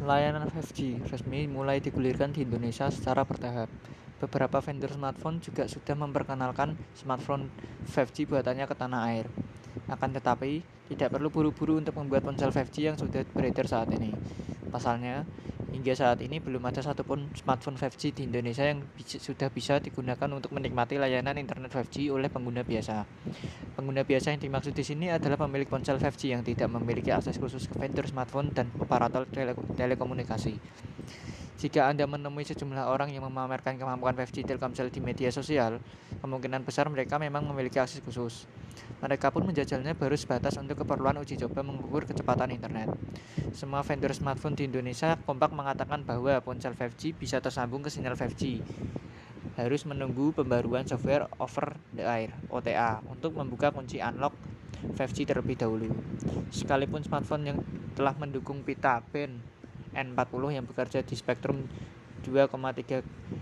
Layanan 5G resmi mulai digulirkan di Indonesia secara bertahap. Beberapa vendor smartphone juga sudah memperkenalkan smartphone 5G buatannya ke tanah air. Akan tetapi, tidak perlu buru-buru untuk membuat ponsel 5G yang sudah beredar saat ini. Pasalnya, hingga saat ini belum ada satupun smartphone 5G di Indonesia yang sudah bisa digunakan untuk menikmati layanan internet 5G oleh pengguna biasa. Pengguna biasa yang dimaksud di sini adalah pemilik ponsel 5G yang tidak memiliki akses khusus ke vendor smartphone dan operator telekomunikasi. Jika Anda menemui sejumlah orang yang memamerkan kemampuan 5G Telkomsel di media sosial, kemungkinan besar mereka memang memiliki akses khusus. Mereka pun menjajalnya baru sebatas untuk keperluan uji coba mengukur kecepatan internet. Semua vendor smartphone di Indonesia kompak mengatakan bahwa ponsel 5G bisa tersambung ke sinyal 5G. Harus menunggu pembaruan software over the air (OTA) untuk membuka kunci unlock 5G terlebih dahulu. Sekalipun smartphone yang telah mendukung pita band N40 yang bekerja di spektrum 2,3